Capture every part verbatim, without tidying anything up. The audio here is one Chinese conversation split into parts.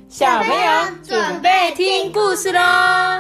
小朋友准备听故事咯。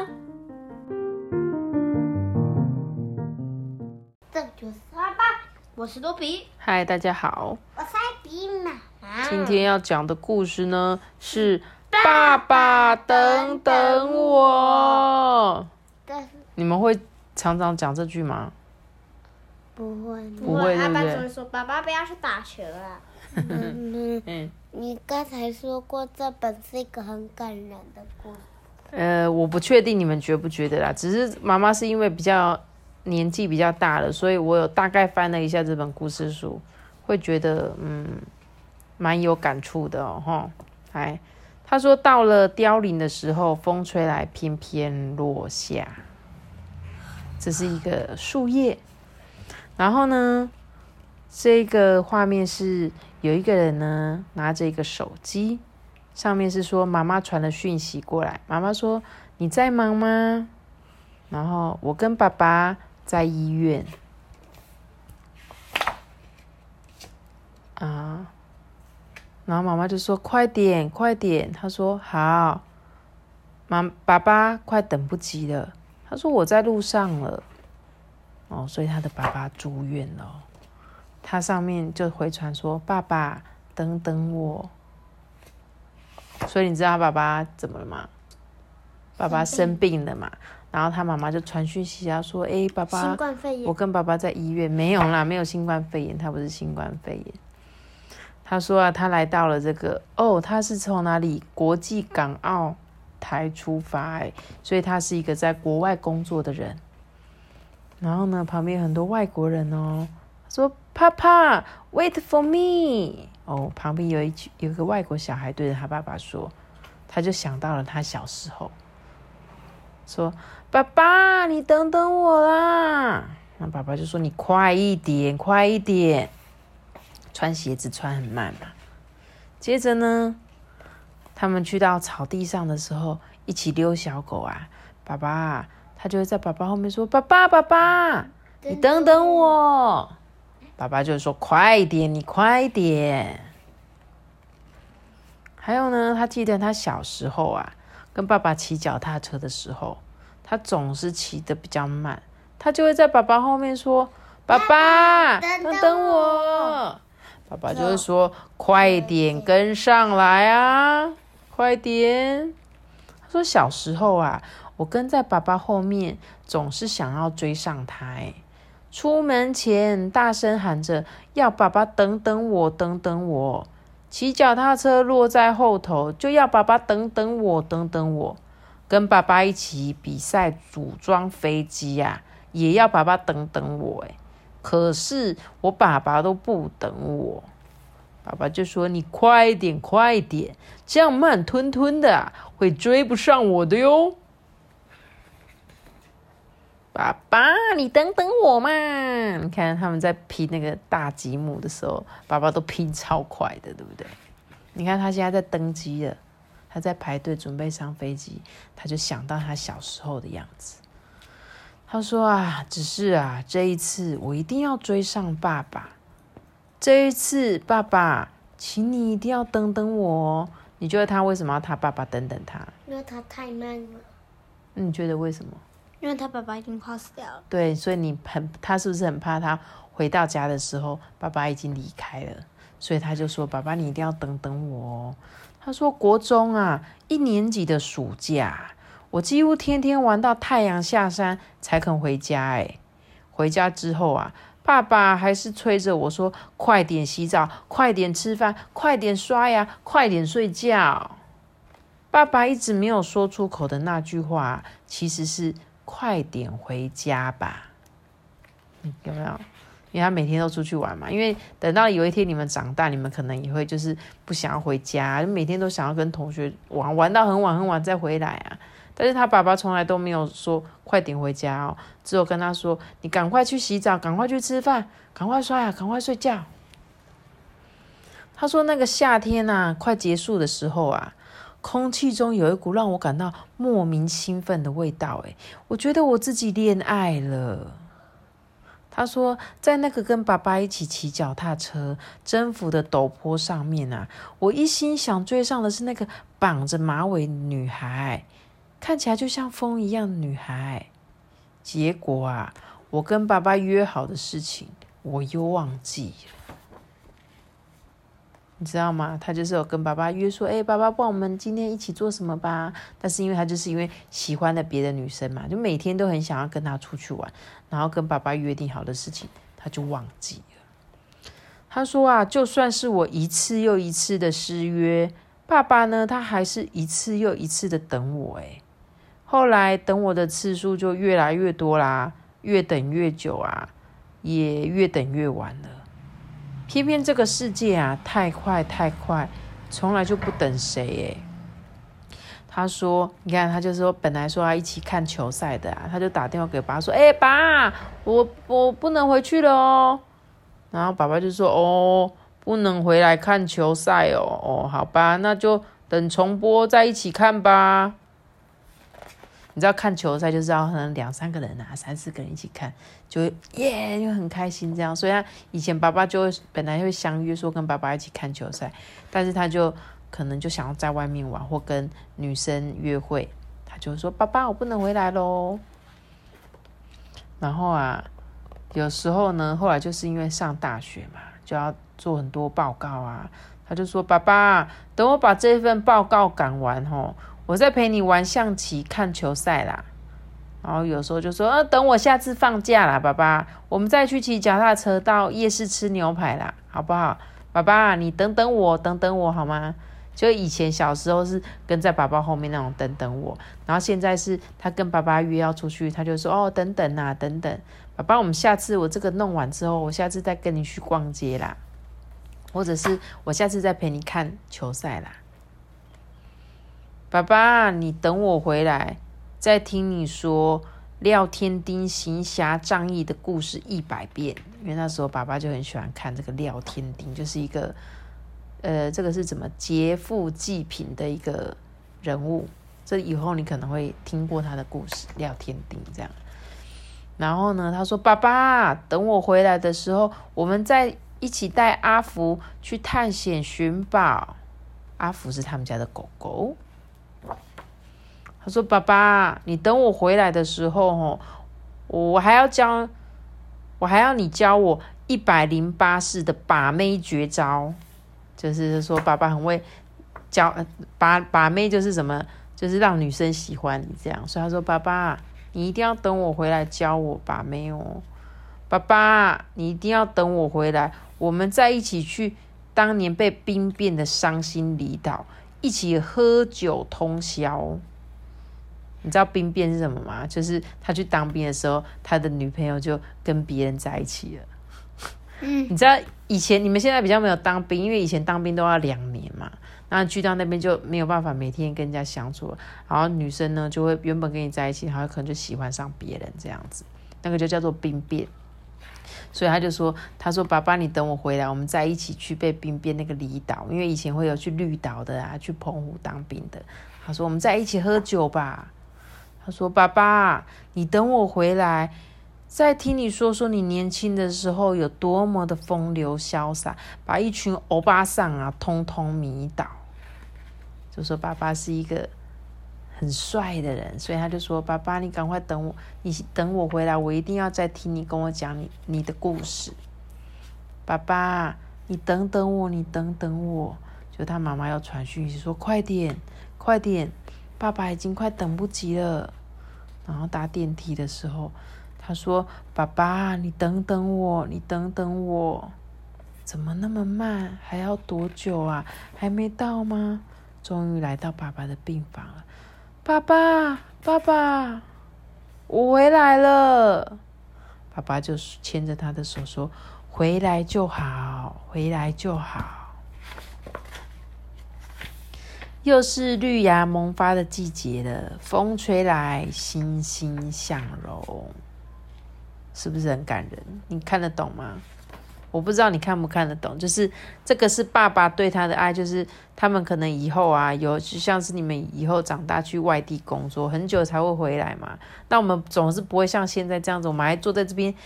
这就是阿爸，我是多比。 嗨，大家好， 我是艾比妈妈。 今天要讲的故事呢是爸爸等等我。你们会常常讲这句吗？ 不会， 不会，对不对？ 阿爸总是说爸爸不要去打球了。嗯嗯，你刚才说过这本是一个很感人的故事。 呃，我不确定你们觉不觉得啦，只是妈妈是因为比较年纪比较大了，所以我有大概翻了一下这本故事书，会觉得嗯蛮有感触的哦齁。哎，他说到了凋零的时候，风吹来翩翩落下，这是一个树叶。然后呢，这个画面是有一个人呢拿着一个手机，上面是说妈妈传了讯息过来，妈妈说你在忙吗？然后我跟爸爸在医院啊，然后妈妈就说快点快点，他说好，妈爸爸快等不及了，他说我在路上了。哦，所以他的爸爸住院了，他上面就回传说爸爸等等我。所以你知道他爸爸怎么了吗？爸爸生病了嘛，然后他妈妈就传讯息啊说，哎，爸爸， 新冠肺炎， 我跟爸爸在医院。没有啦，没有新冠肺炎，他不是新冠肺炎。他说啊，他来到了这个，哦，他是从哪里？国际港澳台出发，哎，所以他是一个在国外工作的人。然后呢，旁边有很多外国人哦，说爸爸 wait for me。 哦，旁边有一有一个外国小孩对着他爸爸说，他就想到了他小时候，说爸爸你等等我啦。那爸爸就说你快一点快一点，穿鞋子穿很慢嘛。接着呢，他们去到草地上的时候，一起遛小狗啊，爸爸他就会在爸爸后面说爸爸爸爸你等等我。爸爸就说快一点你快一点。还有呢，他记得他小时候啊，跟爸爸骑脚踏车的时候，他总是骑得比较慢，他就会在爸爸后面说爸爸等等我。爸爸就会说快一点跟上来啊，快点。他说小时候啊，我跟在爸爸后面，总是想要追上他。哎，出门前大声喊着要爸爸等等我，等等我。骑脚踏车落在后头，就要爸爸等等我，等等我。跟爸爸一起比赛组装飞机啊，也要爸爸等等我。哎，可是我爸爸都不等我。爸爸就说你快一点快一点，这样慢吞吞的啊，会追不上我的哟。爸爸你等等我嘛。你看他们在拼那个大积木的时候，爸爸都拼超快的，对不对？你看他现在在登机了，他在排队准备上飞机，他就想到他小时候的样子。他说啊，只是啊，这一次我一定要追上爸爸。这一次爸爸请你一定要等等我哦。你觉得他为什么要他爸爸等等他？ 因为他太慢了。 你觉得为什么？ 因为他爸爸已经快死掉了。对， 所以你很，他是不是很怕他回到家的时候爸爸已经离开了？所以他就说爸爸你一定要等等我哦。他说国中啊一年级的暑假，我几乎天天玩到太阳下山才肯回家。哎，回家之后啊，爸爸还是催着我说快点洗澡，快点吃饭，快点刷牙，快点睡觉。爸爸一直没有说出口的那句话，其实是快点回家吧。有没有？因为他每天都出去玩嘛，因为等到有一天你们长大，你们可能也会就是不想要回家，每天都想要跟同学玩，玩到很晚很晚再回来啊。但是他爸爸从来都没有说快点回家哦，只有跟他说你赶快去洗澡，赶快去吃饭，赶快刷牙，赶快睡觉。他说那个夏天啊快结束的时候啊，空气中有一股让我感到莫名兴奋的味道。诶，我觉得我自己恋爱了。 他说在那个跟爸爸一起骑脚踏车征服的陡坡上面啊，我一心想追上的是那个绑着马尾女孩，看起来就像风一样的女孩。结果啊，我跟爸爸约好的事情我又忘记了，你知道吗？他就是有跟爸爸约说，哎，爸爸，不然我们今天一起做什么吧？但是因为他就是因为喜欢了别的女生嘛，就每天都很想要跟她出去玩，然后跟爸爸约定好的事情，他就忘记了。他说啊，就算是我一次又一次的失约，爸爸呢，他还是一次又一次的等我。哎，后来等我的次数就越来越多啦，越等越久啊，也越等越晚了。偏偏这个世界啊，太快太快，从来就不等谁。哎，他说，你看，他就说本来说要一起看球赛的啊，他就打电话给爸说，哎，爸，我我不能回去了哦。然后爸爸就说，哦，不能回来看球赛哦，哦，好吧，那就等重播再一起看吧。你知道看球赛就是要可能两三个人啊，三四个人一起看，就会耶，就很开心这样。所以他以前爸爸就会本来会相约说跟爸爸一起看球赛，但是他就可能就想要在外面玩或跟女生约会，他就说爸爸我不能回来咯。然后啊，有时候呢，后来就是因为上大学嘛，就要做很多报告啊，他就说爸爸，等我把这份报告赶完吼，我再陪你玩象棋看球赛啦。然后有时候就说、啊、等我下次放假啦，爸爸，我们再去骑脚踏车到夜市吃牛排啦，好不好？爸爸你等等我等等我好吗？就以前小时候是跟在爸爸后面那种等等我，然后现在是他跟爸爸约要出去，他就说哦等等啊等等，爸爸我们下次我这个弄完之后，我下次再跟你去逛街啦，或者是我下次再陪你看球赛啦。爸爸你等我回来再听你说廖天丁行侠仗义的故事一百遍，因为那时候爸爸就很喜欢看这个廖天丁，就是一个呃，这个是怎么劫富济贫的一个人物，这以后你可能会听过他的故事，廖天丁这样。然后呢，他说爸爸等我回来的时候，我们再一起带阿福去探险寻宝。阿福是他们家的狗狗。他说爸爸你等我回来的时候我还要教我还要你教我一百零八式的把妹绝招，就是说爸爸很会教把把妹，就是什么就是让女生喜欢你这样。所以他说爸爸你一定要等我回来教我把妹哦，爸爸你一定要等我回来，我们再一起去当年被兵变的伤心离岛，一起喝酒通宵。你知道兵变是什么吗？就是他去当兵的时候，他的女朋友就跟别人在一起了。嗯，你知道以前你们现在比较没有当兵，因为以前当兵都要两年嘛，然后去到那边就没有办法每天跟人家相处了，然后女生呢就会原本跟你在一起，然后可能就喜欢上别人这样子，那个就叫做兵变。所以他就说，他说爸爸你等我回来，我们再一起去被兵变那个离岛，因为以前会有去绿岛的啊，去澎湖当兵的。他说我们再一起喝酒吧。他说爸爸你等我回来再听你说说你年轻的时候有多么的风流潇洒，把一群欧巴桑啊通通迷倒。就说爸爸是一个很帅的人，所以他就说爸爸你赶快等我，你等我回来，我一定要再听你跟我讲你你的故事。爸爸你等等我，你等等我。就他妈妈要传讯息说快点快点，爸爸已经快等不及了。然后搭电梯的时候他说爸爸你等等我，你等等我。怎么那么慢，还要多久啊？还没到吗？终于来到爸爸的病房了。爸爸爸爸我回来了。爸爸就牵着他的手说回来就好回来就好。又是绿芽萌发的季节了，风吹来欣欣向荣，是不是很感人？你看得懂吗？我不知道你看不看得懂，就是这个是爸爸对他的爱，就是他们可能以后啊，有就像是你们以后长大去外地工作，很久才会回来嘛。那我们总是不会像现在这样子，我们还坐在这边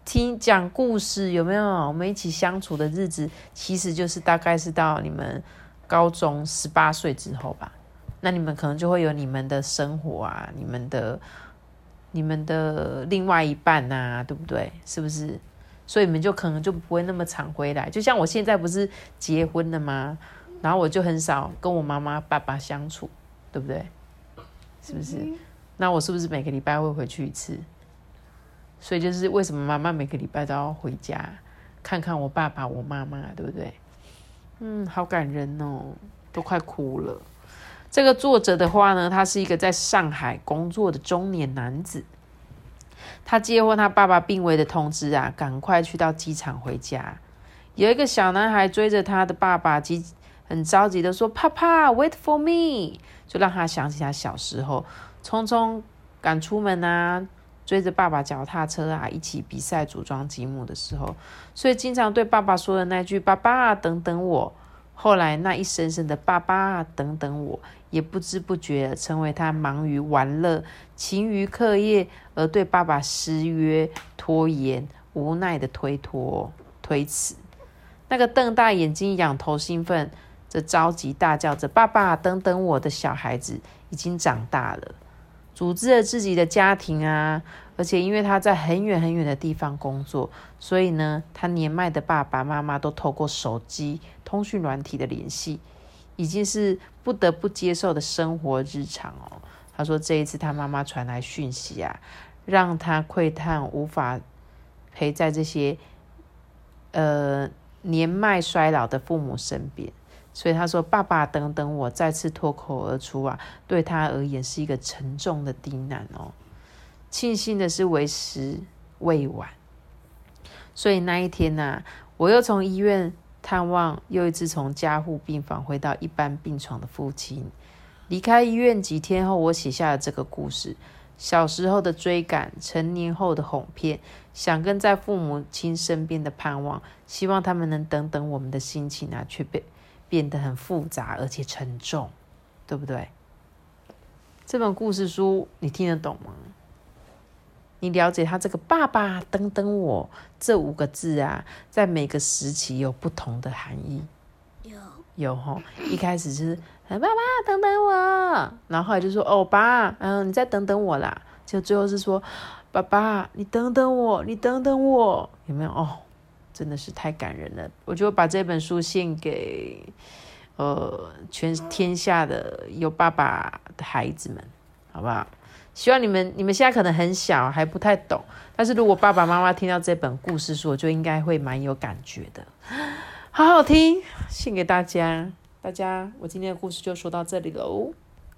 听讲故事，有没有？我们一起相处的日子，其实就是大概是到你们高中十八岁之后吧。那你们可能就会有你们的生活啊，你们的你们的另外一半啊，对不对？是不是？所以你们就可能就不会那么常回来。就像我现在不是结婚了吗？然后我就很少跟我妈妈、爸爸相处，对不对？是不是？嗯、那我是不是每个礼拜会回去一次？所以就是为什么妈妈每个礼拜都要回家看看我爸爸、我妈妈，对不对？嗯，好感人哦，都快哭了。这个作者的话呢，他是一个在上海工作的中年男子，他接获他爸爸病危的通知啊，赶快去到机场回家。有一个小男孩追着他的爸爸，很着急的说：“爸爸 ，wait for me。”就让他想起他小时候匆匆赶出门啊，追着爸爸脚踏车啊，一起比赛组装积木的时候，所以经常对爸爸说的那句“爸爸，等等我”，后来那一声声的“爸爸，等等我”，也不知不觉成为他忙于玩乐、勤于课业而对爸爸失约、拖延、无奈的推脱、推辞。那个瞪大眼睛、仰头兴奋、这着急大叫着“爸爸，等等我”的小孩子，已经长大了。组织了自己的家庭啊，而且因为他在很远很远的地方工作，所以呢，他年迈的爸爸妈妈都透过手机、通讯软体的联系，已经是不得不接受的生活日常哦。他说这一次他妈妈传来讯息啊，让他喟叹无法陪在这些呃年迈衰老的父母身边。所以他说爸爸等等我再次脱口而出啊，对他而言是一个沉重的低难哦。庆幸的是为时未晚，所以那一天啊，我又从医院探望又一次从加护病房回到一般病床的父亲。离开医院几天后，我写下了这个故事，小时候的追赶，成年后的哄骗，想跟在父母亲身边的盼望，希望他们能等等我们的心情啊，却被变得很复杂而且沉重，对不对？这本故事书你听得懂吗？你了解他这个爸爸等等我这五个字啊，在每个时期有不同的含义。 有有齁，一开始是爸爸等等我，然后后来就说哦爸，嗯你再等等我啦，就最后是说爸爸你等等我，你等等我，有没有哦？真的是太感人了，我就把这本书献给呃全天下的有爸爸的孩子们，好不好？希望你们你们现在可能很小还不太懂，但是如果爸爸妈妈听到这本故事书，就应该会蛮有感觉的，好好听，献给大家。大家，我今天的故事就说到这里喽。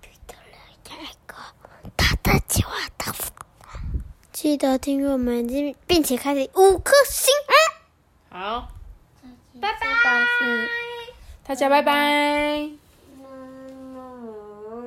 记得订阅我们，并且开启五颗星。 好， 拜拜， 大家拜拜。